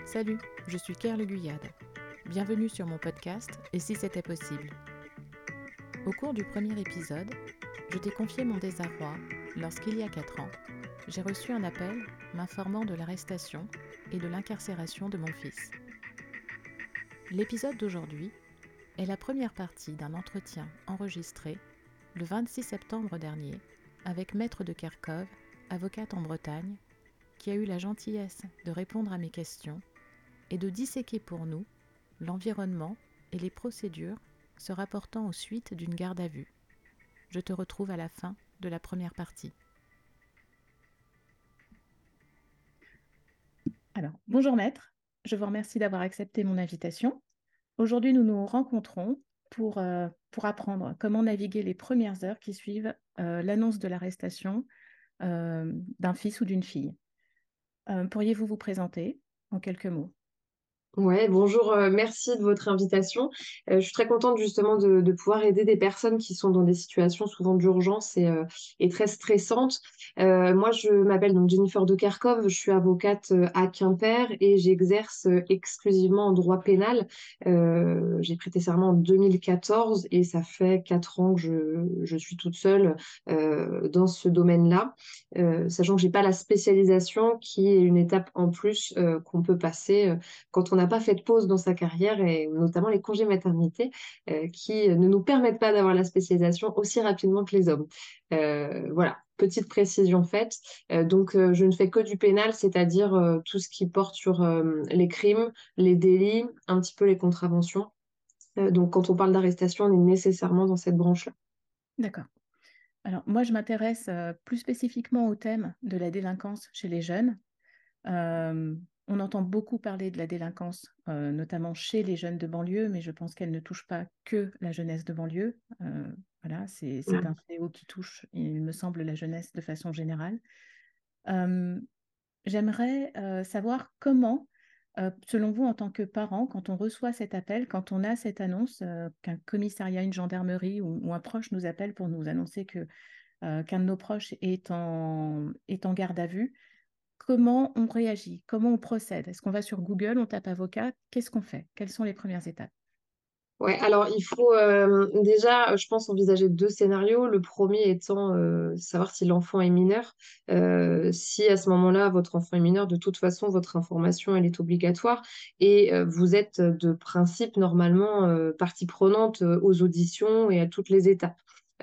Salut, je suis Claire Le Guyade. Bienvenue sur mon podcast Et si c'était possible. Au cours du premier épisode, je t'ai confié mon désarroi lorsqu'il y a 4 ans, j'ai reçu un appel m'informant de l'arrestation et de l'incarcération de mon fils. L'épisode d'aujourd'hui est la première partie d'un entretien enregistré le 26 septembre dernier avec Maître de Kerkhove, avocate en Bretagne, qui a eu la gentillesse de répondre à mes questions et de disséquer pour nous l'environnement et les procédures se rapportant aux suites d'une garde à vue. Je te retrouve à la fin de la première partie. Alors, bonjour maître, je vous remercie d'avoir accepté mon invitation. Aujourd'hui, nous nous rencontrons pour apprendre comment naviguer les premières heures qui suivent l'annonce de l'arrestation d'un fils ou d'une fille. Pourriez-vous vous présenter en quelques mots ? Ouais, bonjour, merci de votre invitation. Je suis très contente justement de pouvoir aider des personnes qui sont dans des situations souvent d'urgence et très stressantes. Moi, je m'appelle donc Jennifer de Kerkhove, je suis avocate à Quimper et j'exerce exclusivement en droit pénal. J'ai prêté serment en 2014 et ça fait 4 ans que je suis toute seule dans ce domaine-là, sachant que j'ai pas la spécialisation qui est une étape en plus qu'on peut passer quand on n'a pas fait de pause dans sa carrière, et notamment les congés maternité, qui ne nous permettent pas d'avoir la spécialisation aussi rapidement que les hommes. Voilà, petite précision faite. Donc, je ne fais que du pénal, c'est-à-dire tout ce qui porte sur les crimes, les délits, un petit peu les contraventions. Donc, quand on parle d'arrestation, on est nécessairement dans cette branche-là. D'accord. Alors, moi, je m'intéresse plus spécifiquement au thème de la délinquance chez les jeunes. On entend beaucoup parler de la délinquance, notamment chez les jeunes de banlieue, mais je pense qu'elle ne touche pas que la jeunesse de banlieue. Voilà, c'est un fléau qui touche, il me semble, la jeunesse de façon générale. Euh, J'aimerais savoir comment, selon vous, en tant que parent, quand on reçoit cet appel, quand on a cette annonce qu'un commissariat, une gendarmerie ou un proche nous appelle pour nous annoncer qu'un de nos proches est en garde à vue, comment on réagit? Comment on procède? Est-ce qu'on va sur Google, on tape avocat? Qu'est-ce qu'on fait? Quelles sont les premières étapes? Ouais, alors il faut déjà, je pense, envisager deux scénarios. Le premier étant savoir si l'enfant est mineur. Si à ce moment-là, votre enfant est mineur, de toute façon, votre information, elle est obligatoire. Et vous êtes de principe, normalement, partie prenante aux auditions et à toutes les étapes.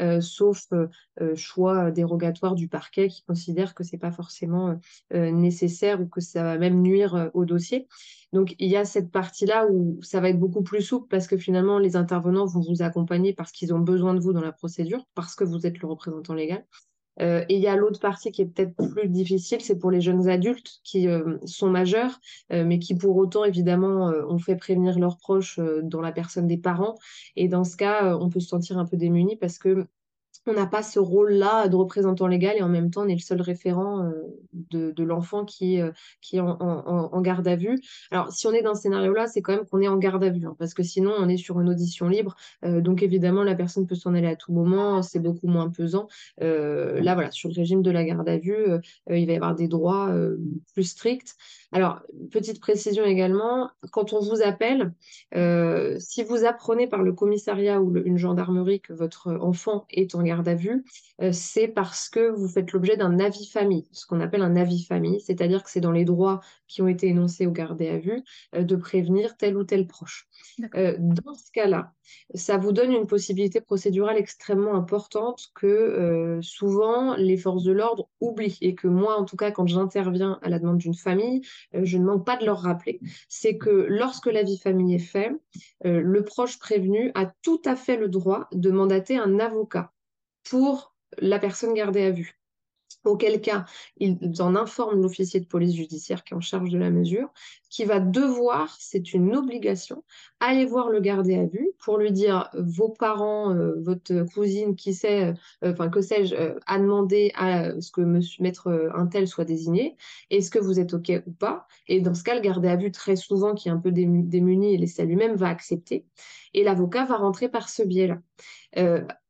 Sauf choix dérogatoire du parquet qui considère que c'est pas forcément nécessaire ou que ça va même nuire au dossier. Donc, il y a cette partie-là où ça va être beaucoup plus souple parce que finalement, les intervenants vont vous accompagner parce qu'ils ont besoin de vous dans la procédure, parce que vous êtes le représentant légal. Et il y a l'autre partie qui est peut-être plus difficile, c'est pour les jeunes adultes qui sont majeurs, mais qui pour autant, évidemment, ont fait prévenir leurs proches dans la personne des parents. Et dans ce cas, on peut se sentir un peu démuni parce que on n'a pas ce rôle-là de représentant légal et en même temps, on est le seul référent de l'enfant qui est en garde à vue. Alors, si on est dans ce scénario-là, c'est quand même qu'on est en garde à vue, hein, parce que sinon, on est sur une audition libre. Donc, évidemment, la personne peut s'en aller à tout moment, c'est beaucoup moins pesant. Là, voilà, sur le régime de la garde à vue, il va y avoir des droits plus stricts. Alors, petite précision également, quand on vous appelle, si vous apprenez par le commissariat ou une gendarmerie que votre enfant est en garde à vue, c'est parce que vous faites l'objet d'un avis famille, ce qu'on appelle un avis famille, c'est-à-dire que c'est dans les droits qui ont été énoncés au gardé à vue de prévenir tel ou tel proche. D'accord. Dans ce cas-là, ça vous donne une possibilité procédurale extrêmement importante que souvent les forces de l'ordre oublient et que moi, en tout cas, quand j'interviens à la demande d'une famille, je ne manque pas de leur rappeler. C'est que lorsque l'avis famille est fait, le proche prévenu a tout à fait le droit de mandater un avocat pour la personne gardée à vue. Auquel cas, ils en informent l'officier de police judiciaire qui est en charge de la mesure, qui va devoir, c'est une obligation, aller voir le gardé à vue pour lui dire vos parents, votre cousine, qui sait, enfin que sais-je, a demandé à ce que monsieur, maître un tel soit désigné. Est-ce que vous êtes OK ou pas? Et dans ce cas, le gardé à vue, très souvent, qui est un peu démuni et laissé à lui-même, va accepter. Et l'avocat va rentrer par ce biais-là.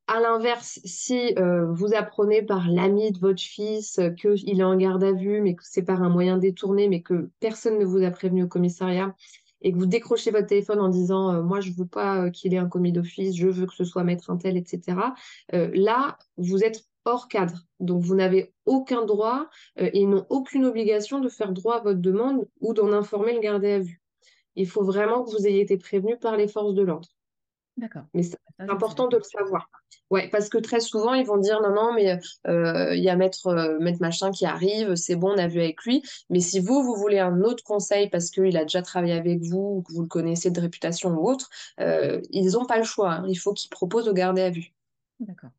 À l'inverse, si vous apprenez par l'ami de votre fils qu'il est en garde à vue, mais que c'est par un moyen détourné, mais que personne ne vous a prévenu au commissariat, et que vous décrochez votre téléphone en disant moi, je veux pas qu'il ait un commis d'office, je veux que ce soit maître untel, etc. Là, vous êtes hors cadre. Donc, vous n'avez aucun droit et ils n'ont aucune obligation de faire droit à votre demande ou d'en informer le gardé à vue. Il faut vraiment que vous ayez été prévenu par les forces de l'ordre. D'accord. Mais c'est Ça, je ne savais important de pas. le savoir. Ouais, parce que très souvent, ils vont dire non, non, mais il y a maître machin qui arrive, c'est bon, on a vu avec lui. Mais si vous, vous voulez un autre conseil parce qu'il a déjà travaillé avec vous ou que vous le connaissez de réputation ou autre, ils n'ont pas le choix, hein. Il faut qu'ils proposent au gardé à vue. D'accord.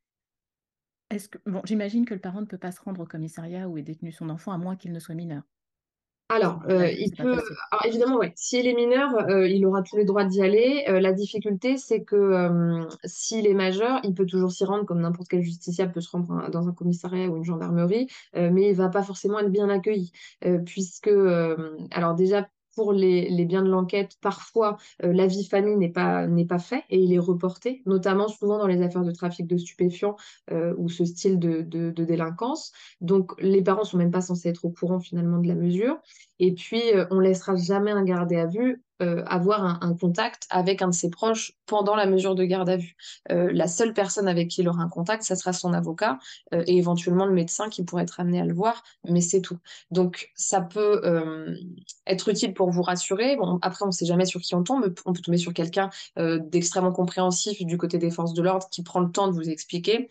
Bon, j'imagine que le parent ne peut pas se rendre au commissariat où est détenu son enfant à moins qu'il ne soit mineur. Si Alors, là, il c'est pas peut. possible. Alors, évidemment, ouais. Si elle est mineur, il aura tous les droits d'y aller. La difficulté, c'est que s'il est majeur, il peut toujours s'y rendre, comme n'importe quel justiciable peut se rendre dans un commissariat ou une gendarmerie, mais il va pas forcément être bien accueilli, puisque, alors déjà. Pour les biens de l'enquête, parfois l'avis famille n'est pas fait et il est reporté, notamment souvent dans les affaires de trafic de stupéfiants ou ce style de délinquance. Donc les parents sont même pas censés être au courant finalement de la mesure. Et puis, on laissera jamais un gardé à vue avoir un contact avec un de ses proches pendant la mesure de garde à vue. La seule personne avec qui il aura un contact, ça sera son avocat et éventuellement le médecin qui pourrait être amené à le voir, mais c'est tout. Donc, ça peut être utile pour vous rassurer. Bon, après, on ne sait jamais sur qui on tombe. On peut tomber sur quelqu'un d'extrêmement compréhensif du côté des forces de l'ordre qui prend le temps de vous expliquer.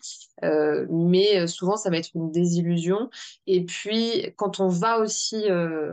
Mais souvent, ça va être une désillusion. Et puis, quand on va aussi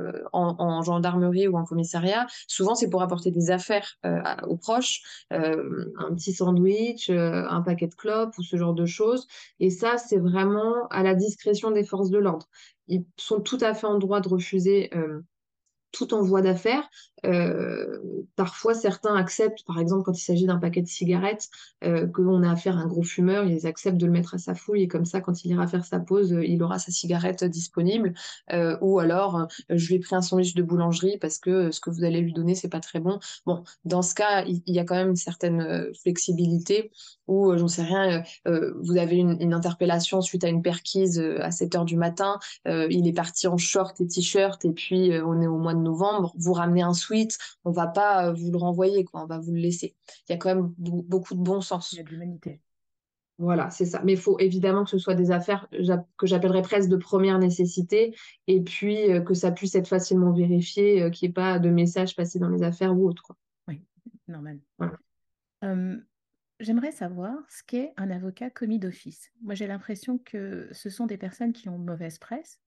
en gendarmerie ou en commissariat, souvent c'est pour apporter des affaires aux proches, un petit sandwich, un paquet de clopes ou ce genre de choses. Et ça, c'est vraiment à la discrétion des forces de l'ordre. Ils sont tout à fait en droit de refuser tout envoi d'affaires. Euh, Parfois, certains acceptent, par exemple, quand il s'agit d'un paquet de cigarettes, qu'on a affaire à un gros fumeur, ils acceptent de le mettre à sa fouille et comme ça, quand il ira faire sa pause, il aura sa cigarette disponible. Ou alors, je lui ai pris un sandwich de boulangerie parce que ce que vous allez lui donner, c'est pas très bon. Bon, dans ce cas, il y a quand même une certaine flexibilité où, j'en sais rien, vous avez une interpellation suite à une perquise à 7 heures du matin, il est parti en short et t-shirt et puis on est au mois de novembre, vous ramenez un sweat, on va pas vous le renvoyer, quoi, on va vous le laisser. Il y a quand même beaucoup de bon Il y a sens. de l'humanité. Voilà, c'est ça. Mais il faut évidemment que ce soit des affaires que j'appellerais presque de première nécessité et puis que ça puisse être facilement vérifié, qu'il n'y ait pas de messages passés dans les affaires ou autre, quoi. Oui, normal. Voilà. Euh, J'aimerais savoir ce qu'est un avocat commis d'office. Moi, j'ai l'impression que ce sont des personnes qui ont mauvaise presse.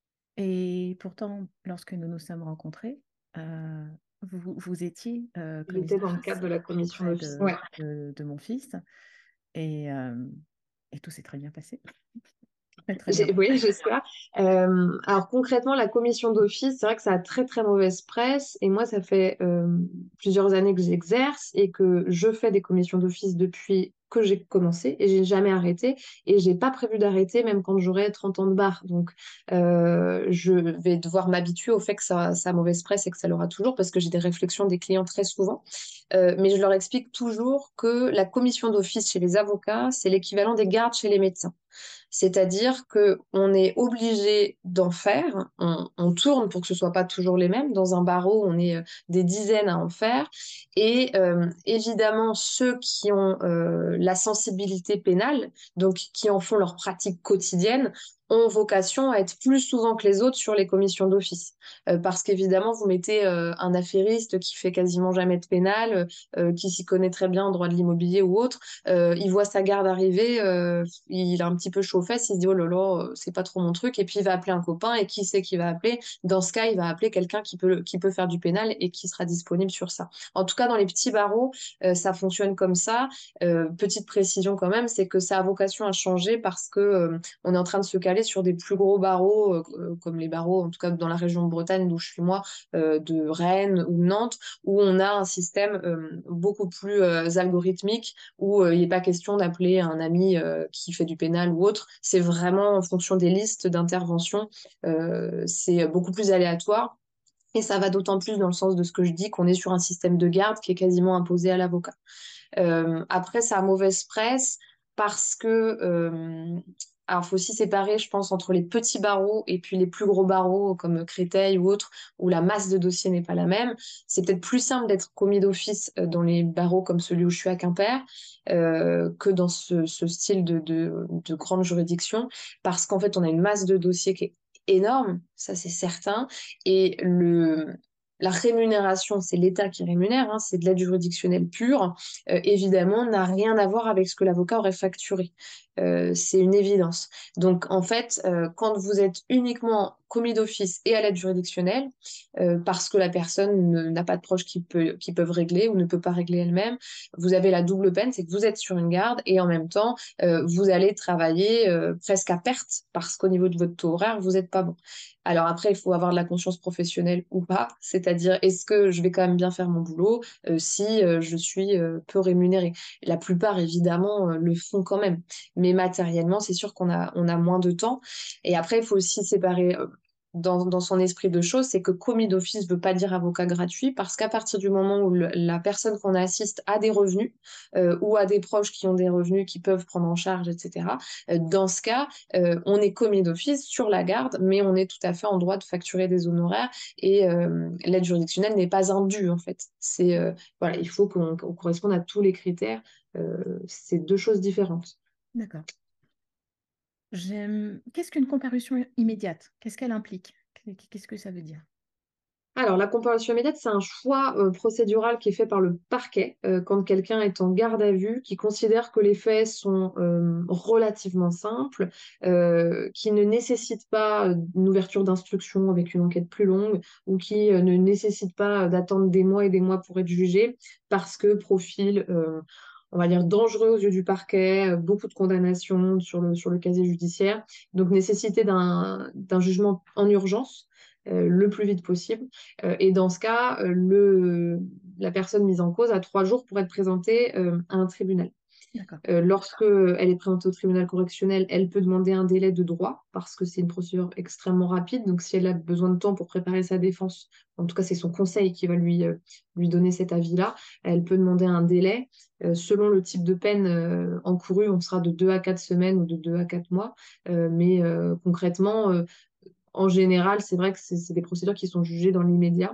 Et pourtant, lorsque nous nous sommes rencontrés, euh, vous étiez Il commise était dans le d'office cadre de la commission auprès d'office. Ouais. de mon fils. Et, euh, et tout s'est très bien passé. Très, très bien Oui, passé. j'espère. Alors concrètement, la commission d'office, c'est vrai que ça a très très mauvaise presse. Et moi, ça fait plusieurs années que j'exerce et que je fais des commissions d'office depuis que j'ai commencé et j'ai jamais arrêté. Et j'ai pas prévu d'arrêter même quand j'aurai 30 ans de barre. Donc je vais devoir m'habituer au fait que ça a mauvaise presse et que ça l'aura toujours parce que j'ai des réflexions des clients très souvent. Mais je leur explique toujours que la commission d'office chez les avocats, c'est l'équivalent des gardes chez les médecins. C'est-à-dire qu'on est obligé d'en faire, on tourne pour que ce ne soit pas toujours les mêmes. Dans un barreau, on est des dizaines à en faire. Et évidemment, ceux qui ont la sensibilité pénale, donc qui en font leur pratique quotidienne, ont vocation à être plus souvent que les autres sur les commissions d'office. Parce qu'évidemment, vous mettez un affairiste qui fait quasiment jamais de pénal, qui s'y connaît très bien en droit de l'immobilier ou autre, il voit sa garde arriver, il a un petit peu chaud aux fesses, il se dit oh là là, c'est pas trop mon truc, et puis il va appeler un copain, et qui c'est qu'il va appeler? Dans ce cas, il va appeler quelqu'un qui peut faire du pénal et qui sera disponible sur ça. En tout cas, dans les petits barreaux, ça fonctionne comme ça. Petite précision quand même, c'est que ça a vocation à changer parce que on est en train de se caler sur des plus gros barreaux, comme les barreaux, en tout cas dans la région de Bretagne, d'où je suis moi, de Rennes ou de Nantes, où on a un système beaucoup plus algorithmique où il n'est pas question d'appeler un ami qui fait du pénal ou autre. C'est vraiment en fonction des listes d'intervention. C'est beaucoup plus aléatoire. Et ça va d'autant plus dans le sens de ce que je dis qu'on est sur un système de garde qui est quasiment imposé à l'avocat. Après, ça a mauvaise presse. parce que alors faut aussi séparer, je pense, entre les petits barreaux et puis les plus gros barreaux comme Créteil ou autres, où la masse de dossiers n'est pas la même. C'est peut-être plus simple d'être commis d'office dans les barreaux comme celui où je suis à Quimper que dans ce style de grande juridiction, parce qu'en fait, on a une masse de dossiers qui est énorme, ça c'est certain, et la rémunération, c'est l'État qui rémunère, hein, c'est de l'aide juridictionnelle pure, évidemment, n'a rien à voir avec ce que l'avocat aurait facturé. C'est une évidence. Donc, en fait, quand vous êtes uniquement commis d'office et à l'aide juridictionnelle, parce que la personne n'a pas de proches qui peuvent régler ou ne peut pas régler elle-même, vous avez la double peine, c'est que vous êtes sur une garde et en même temps, vous allez travailler presque à perte parce qu'au niveau de votre taux horaire, vous n'êtes pas bon. Alors après, il faut avoir de la conscience professionnelle ou pas, c'est-à-dire est-ce que je vais quand même bien faire mon boulot si je suis peu rémunérée. La plupart, évidemment, le font quand même, mais matériellement, c'est sûr qu'on a moins de temps. Et après, il faut aussi séparer dans son esprit de choses, c'est que commis d'office ne veut pas dire avocat gratuit, parce qu'à partir du moment où la personne qu'on assiste a des revenus ou a des proches qui ont des revenus qui peuvent prendre en charge, etc., dans ce cas, on est commis d'office sur la garde, mais on est tout à fait en droit de facturer des honoraires et l'aide juridictionnelle n'est pas un dû, en fait. Voilà, il faut qu'on corresponde à tous les critères. C'est deux choses différentes. D'accord. Qu'est-ce qu'une comparution immédiate? Qu'est-ce qu'elle implique? Qu'est-ce que ça veut dire? Alors, la comparution immédiate, c'est un choix procédural qui est fait par le parquet quand quelqu'un est en garde à vue, qui considère que les faits sont relativement simples, qui ne nécessitent pas une ouverture d'instruction avec une enquête plus longue ou qui ne nécessitent pas d'attendre des mois et des mois pour être jugé parce que profil, on va dire, dangereux aux yeux du parquet, beaucoup de condamnations sur le casier judiciaire, donc nécessité d'un jugement en urgence le plus vite possible. Et dans ce cas, la personne mise en cause a 3 jours pour être présentée à un tribunal. D'accord. Lorsque elle est présentée au tribunal correctionnel, elle peut demander un délai de droit parce que c'est une procédure extrêmement rapide. Donc, si elle a besoin de temps pour préparer sa défense, en tout cas, c'est son conseil qui va lui donner cet avis-là, elle peut demander un délai. Selon le type de peine encourue, on sera de 2 à 4 semaines ou de 2 à 4 mois. Mais concrètement, en général, c'est vrai que c'est des procédures qui sont jugées dans l'immédiat.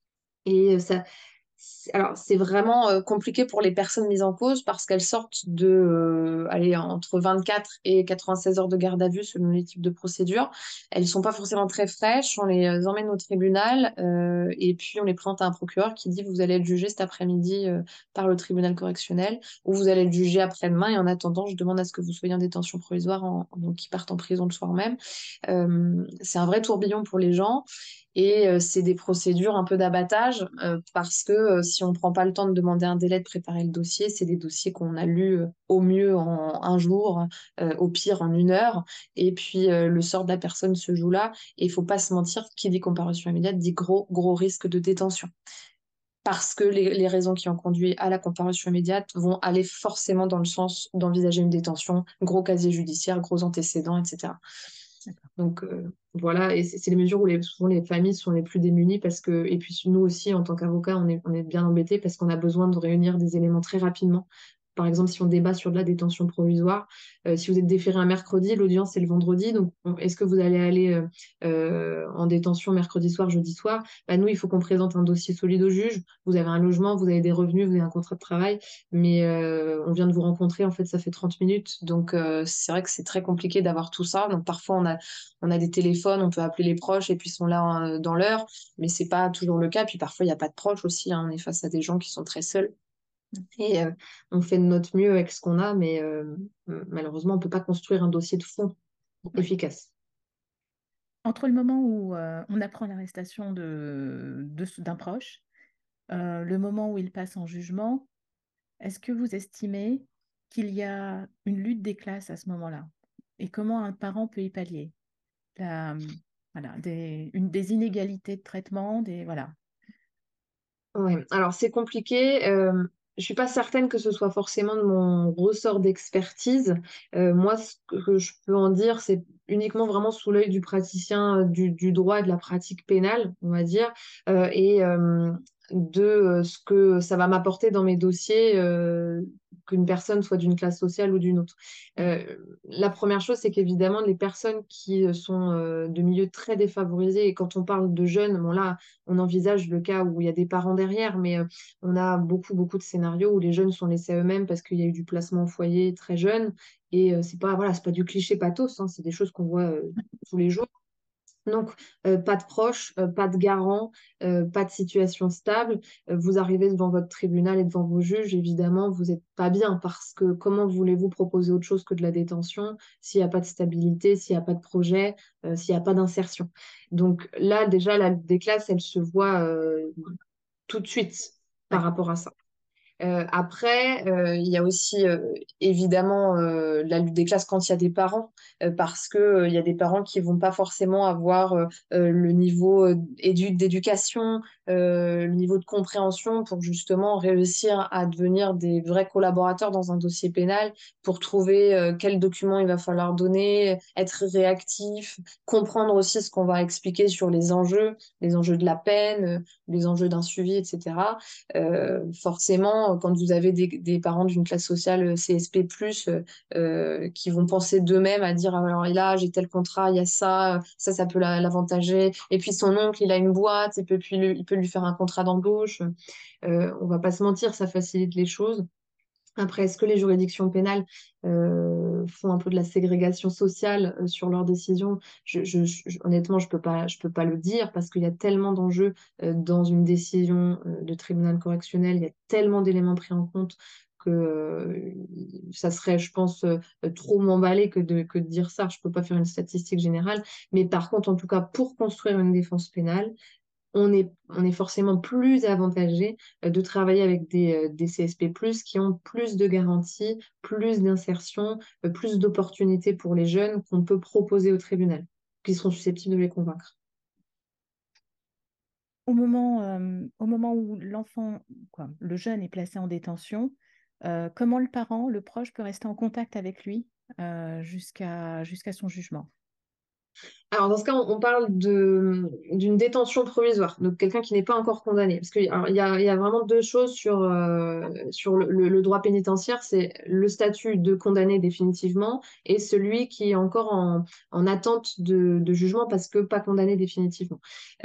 Et alors, c'est vraiment compliqué pour les personnes mises en cause parce qu'elles sortent allez, entre 24 et 96 heures de garde à vue selon les types de procédures. Elles ne sont pas forcément très fraîches. On les emmène au tribunal et puis on les présente à un procureur qui dit vous allez être jugé cet après-midi par le tribunal correctionnel ou vous allez être jugé après-demain. Et en attendant, je demande à ce que vous soyez en détention provisoire, donc qui partent en prison le soir même. C'est un vrai tourbillon pour les gens. Et c'est des procédures un peu d'abattage parce que si on ne prend pas le temps de demander un délai de préparer le dossier, c'est des dossiers qu'on a lus au mieux en un jour, au pire en 1 heure. Et puis le sort de la personne se joue là. Et il ne faut pas se mentir, qui dit comparution immédiate dit gros, gros risque de détention. Parce que les raisons qui ont conduit à la comparution immédiate vont aller forcément dans le sens d'envisager une détention, gros casier judiciaire, gros antécédents, etc. D'accord. Donc voilà, et c'est les mesures où souvent les familles sont les plus démunies parce que, et puis nous aussi en tant qu'avocats, on est bien embêtés parce qu'on a besoin de réunir des éléments très rapidement. Par exemple, si on débat sur de la détention provisoire, si vous êtes déféré un mercredi, l'audience est le vendredi, donc est-ce que vous allez aller en détention mercredi soir, jeudi soir? Bah, nous, il faut qu'on présente un dossier solide au juge. Vous avez un logement, vous avez des revenus, vous avez un contrat de travail, mais on vient de vous rencontrer, en fait, ça fait 30 minutes, donc c'est vrai que c'est très compliqué d'avoir tout ça. Donc parfois, on a des téléphones, on peut appeler les proches et puis ils sont là dans l'heure, mais c'est pas toujours le cas. Puis parfois, il n'y a pas de proches aussi, hein. On est face à des gens qui sont très seuls et on fait de notre mieux avec ce qu'on a, mais malheureusement, on peut pas construire un dossier de fond Ouais. efficace. Entre le moment où on apprend l'arrestation d'un proche, le moment où il passe en jugement, est-ce que vous estimez qu'il y a une lutte des classes à ce moment-là? Et comment un parent peut y pallier? La- voilà, des inégalités de traitement, voilà. Ouais. Alors c'est compliqué. Je suis pas certaine que ce soit forcément de mon ressort d'expertise. Moi, ce que je peux en dire, c'est uniquement vraiment sous l'œil du praticien du droit et de la pratique pénale, on va dire. Et de ce que ça va m'apporter dans mes dossiers, qu'une personne soit d'une classe sociale ou d'une autre. Mhm. La première chose, c'est qu'évidemment, les personnes qui sont de milieux très défavorisés, et quand on parle de jeunes, bon là, on envisage le cas où il y a des parents derrière, mais on a beaucoup, beaucoup de scénarios où les jeunes sont laissés à eux-mêmes parce qu'il y a eu du placement au foyer très jeune. Et c'est pas, voilà, c'est pas du cliché pathos, hein, c'est des choses qu'on voit tous les jours. Donc, pas de proches, pas de garant, pas de situation stable. Vous arrivez devant votre tribunal et devant vos juges, évidemment, vous n'êtes pas bien parce que comment voulez-vous proposer autre chose que de la détention s'il n'y a pas de stabilité, s'il n'y a pas de projet, s'il n'y a pas d'insertion. Donc là, déjà, la lutte des classes, elle se voit tout de suite par Ouais. rapport à ça. Après, il y a aussi évidemment la lutte des classes quand il y a des parents, parce que il y a des parents qui vont pas forcément avoir le niveau d'éducation, le niveau de compréhension pour justement réussir à devenir des vrais collaborateurs dans un dossier pénal, pour trouver quels documents il va falloir donner, être réactif, comprendre aussi ce qu'on va expliquer sur les enjeux de la peine, les enjeux d'un suivi, etc. Forcément, quand vous avez des parents d'une classe sociale CSP+, qui vont penser d'eux-mêmes à dire, ah, alors là, j'ai tel contrat, il y a ça, ça peut l'avantager. Et puis son oncle, il a une boîte, il peut lui faire un contrat d'embauche. On va pas se mentir, ça facilite les choses. Après, est-ce que les juridictions pénales font un peu de la ségrégation sociale sur leurs décisions? Honnêtement, je peux pas le dire parce qu'il y a tellement d'enjeux dans une décision de tribunal correctionnel, il y a tellement d'éléments pris en compte que ça serait, je pense, trop m'emballer que de dire ça. Je peux pas faire une statistique générale. Mais par contre, en tout cas, pour construire une défense pénale, on est forcément plus avantagé de travailler avec des CSP+, qui ont plus de garanties, plus d'insertion, plus d'opportunités pour les jeunes qu'on peut proposer au tribunal, qui seront susceptibles de les convaincre. Au moment où l'enfant, quoi, le jeune est placé en détention, comment le parent, le proche peut rester en contact avec lui jusqu'à son jugement? Alors, dans ce cas, on parle d'une détention provisoire, donc quelqu'un qui n'est pas encore condamné. Parce qu'il y a vraiment deux choses sur le droit pénitentiaire, c'est le statut de condamné définitivement et celui qui est encore en attente de jugement parce que pas condamné définitivement.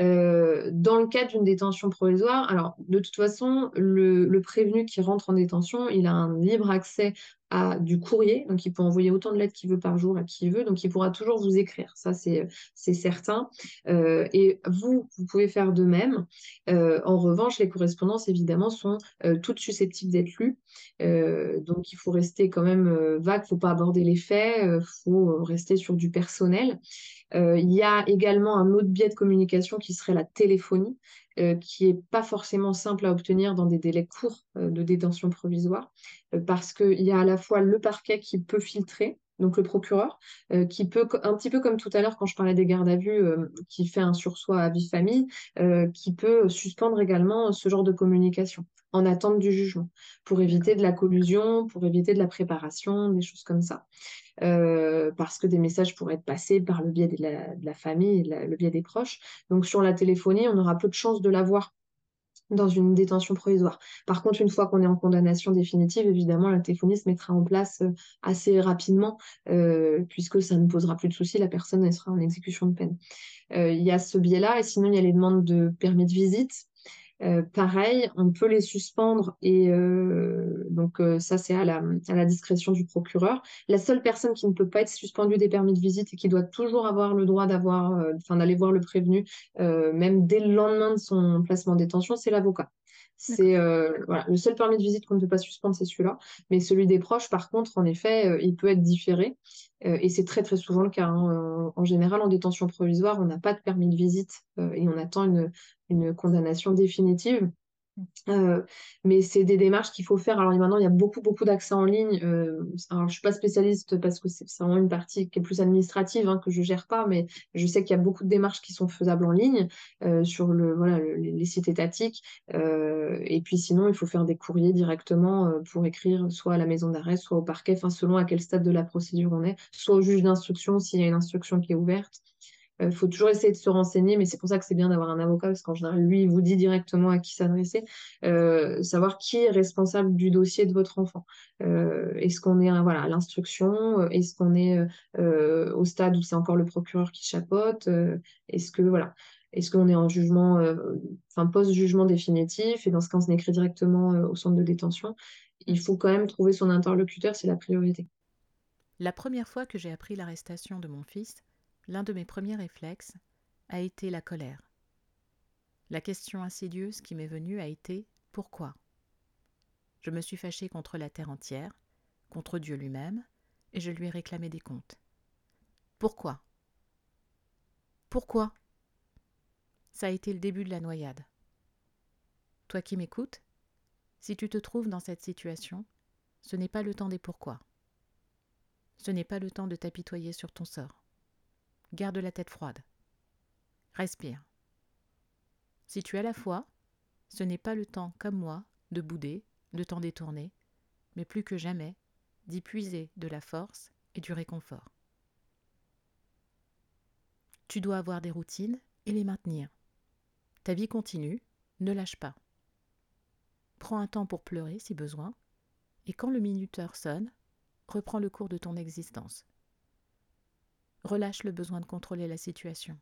Dans le cas d'une détention provisoire, alors de toute façon, le prévenu qui rentre en détention, il a un libre accès à du courrier, donc il peut envoyer autant de lettres qu'il veut par jour à qui il veut, donc il pourra toujours vous écrire. Ça, c'est certain. Et vous pouvez faire de même. En revanche, les correspondances, évidemment, sont toutes susceptibles d'être lues. Donc, il faut rester quand même vague, il ne faut pas aborder les faits, il faut rester sur du personnel. Il y a également un autre biais de communication qui serait la téléphonie, qui n'est pas forcément simple à obtenir dans des délais courts de détention provisoire, parce qu'il y a à la fois le parquet qui peut filtrer, donc le procureur, qui peut, un petit peu comme tout à l'heure quand je parlais des gardes à vue, qui fait un surseoir à vie famille, qui peut suspendre également ce genre de communication en attente du jugement, pour éviter D'accord. de la collusion, pour éviter de la préparation, des choses comme ça. Parce que des messages pourraient être passés par le biais de la famille, et le biais des proches. Donc sur la téléphonie, on aura peu de chances de l'avoir dans une détention provisoire. Par contre, une fois qu'on est en condamnation définitive, évidemment, la téléphonie se mettra en place assez rapidement, puisque ça ne posera plus de soucis, la personne elle sera en exécution de peine. Il y a ce biais-là, et sinon, il y a les demandes de permis de visite. Pareil, on peut les suspendre et donc ça c'est à la discrétion du procureur. La seule personne qui ne peut pas être suspendue des permis de visite et qui doit toujours avoir le droit enfin, d'aller voir le prévenu, même dès le lendemain de son placement en détention, c'est l'avocat. D'accord. C'est voilà, le seul permis de visite qu'on ne peut pas suspendre, c'est celui-là. Mais celui des proches, par contre, en effet, il peut être différé. Et c'est très très souvent le cas, hein. En général, en détention provisoire, on n'a pas de permis de visite et on attend une condamnation définitive. Euh, mais c'est des démarches qu'il faut faire. Alors maintenant, il y a beaucoup, beaucoup d'accès en ligne. Alors, je suis pas spécialiste parce que c'est vraiment une partie qui est plus administrative, hein, que je gère pas, mais je sais qu'il y a beaucoup de démarches qui sont faisables en ligne sur voilà, les sites étatiques. Et puis sinon, il faut faire des courriers directement pour écrire soit à la maison d'arrêt, soit au parquet, enfin, selon à quel stade de la procédure on est, soit au juge d'instruction s'il y a une instruction qui est ouverte. Il faut toujours essayer de se renseigner, mais c'est pour ça que c'est bien d'avoir un avocat, parce qu'en général, lui, il vous dit directement à qui s'adresser. Savoir qui est responsable du dossier de votre enfant. Est-ce qu'on est voilà, à l'instruction? Est-ce qu'on est au stade où c'est encore le procureur qui chapeaute? Voilà. Est-ce qu'on est en jugement, enfin post-jugement définitif? Et dans ce cas, on écrit directement au centre de détention. Il faut quand même trouver son interlocuteur, c'est la priorité. La première fois que j'ai appris l'arrestation de mon fils, l'un de mes premiers réflexes a été la colère. La question insidieuse qui m'est venue a été « Pourquoi ?» Je me suis fâchée contre la terre entière, contre Dieu lui-même, et je lui ai réclamé des comptes. Pourquoi ? Pourquoi ? Ça a été le début de la noyade. Toi qui m'écoutes, si tu te trouves dans cette situation, ce n'est pas le temps des pourquoi. Ce n'est pas le temps de t'apitoyer sur ton sort. Garde la tête froide. Respire. Si tu as la foi, ce n'est pas le temps, comme moi, de bouder, de t'en détourner, mais plus que jamais, d'y puiser de la force et du réconfort. Tu dois avoir des routines et les maintenir. Ta vie continue, ne lâche pas. Prends un temps pour pleurer si besoin, et quand le minuteur sonne, reprends le cours de ton existence. Relâche le besoin de contrôler la situation.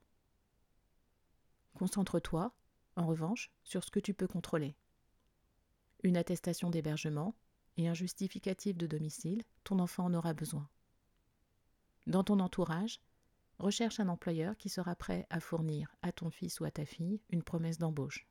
Concentre-toi, en revanche, sur ce que tu peux contrôler. Une attestation d'hébergement et un justificatif de domicile, ton enfant en aura besoin. Dans ton entourage, recherche un employeur qui sera prêt à fournir à ton fils ou à ta fille une promesse d'embauche.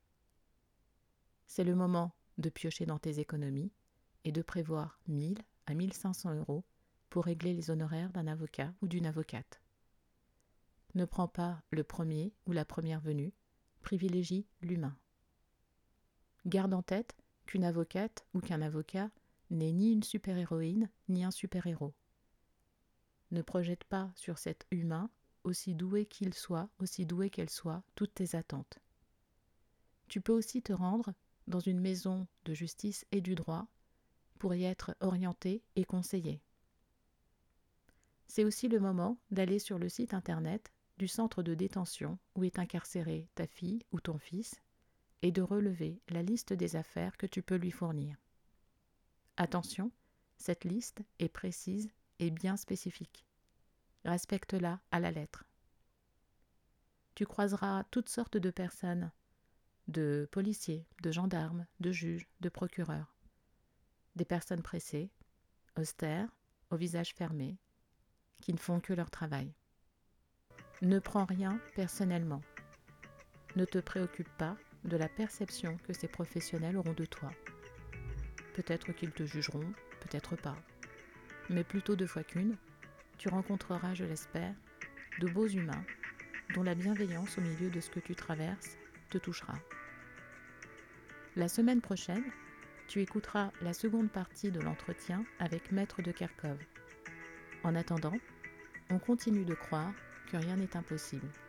C'est le moment de piocher dans tes économies et de prévoir 1 000 à 1 500 € pour régler les honoraires d'un avocat ou d'une avocate. Ne prends pas le premier ou la première venue, privilégie l'humain. Garde en tête qu'une avocate ou qu'un avocat n'est ni une super-héroïne ni un super-héros. Ne projette pas sur cet humain, aussi doué qu'il soit, aussi doué qu'elle soit, toutes tes attentes. Tu peux aussi te rendre dans une maison de justice et du droit pour y être orienté et conseillé. C'est aussi le moment d'aller sur le site internet du centre de détention où est incarcérée ta fille ou ton fils et de relever la liste des affaires que tu peux lui fournir. Attention, cette liste est précise et bien spécifique. Respecte-la à la lettre. Tu croiseras toutes sortes de personnes, de policiers, de gendarmes, de juges, de procureurs. Des personnes pressées, austères, au visage fermé, qui ne font que leur travail. Ne prends rien personnellement. Ne te préoccupe pas de la perception que ces professionnels auront de toi. Peut-être qu'ils te jugeront, peut-être pas. Mais plutôt 2 fois qu'une, tu rencontreras, je l'espère, de beaux humains dont la bienveillance au milieu de ce que tu traverses te touchera. La semaine prochaine, tu écouteras la seconde partie de l'entretien avec Maître de Kerkhove. En attendant, on continue de croire que rien n'est impossible.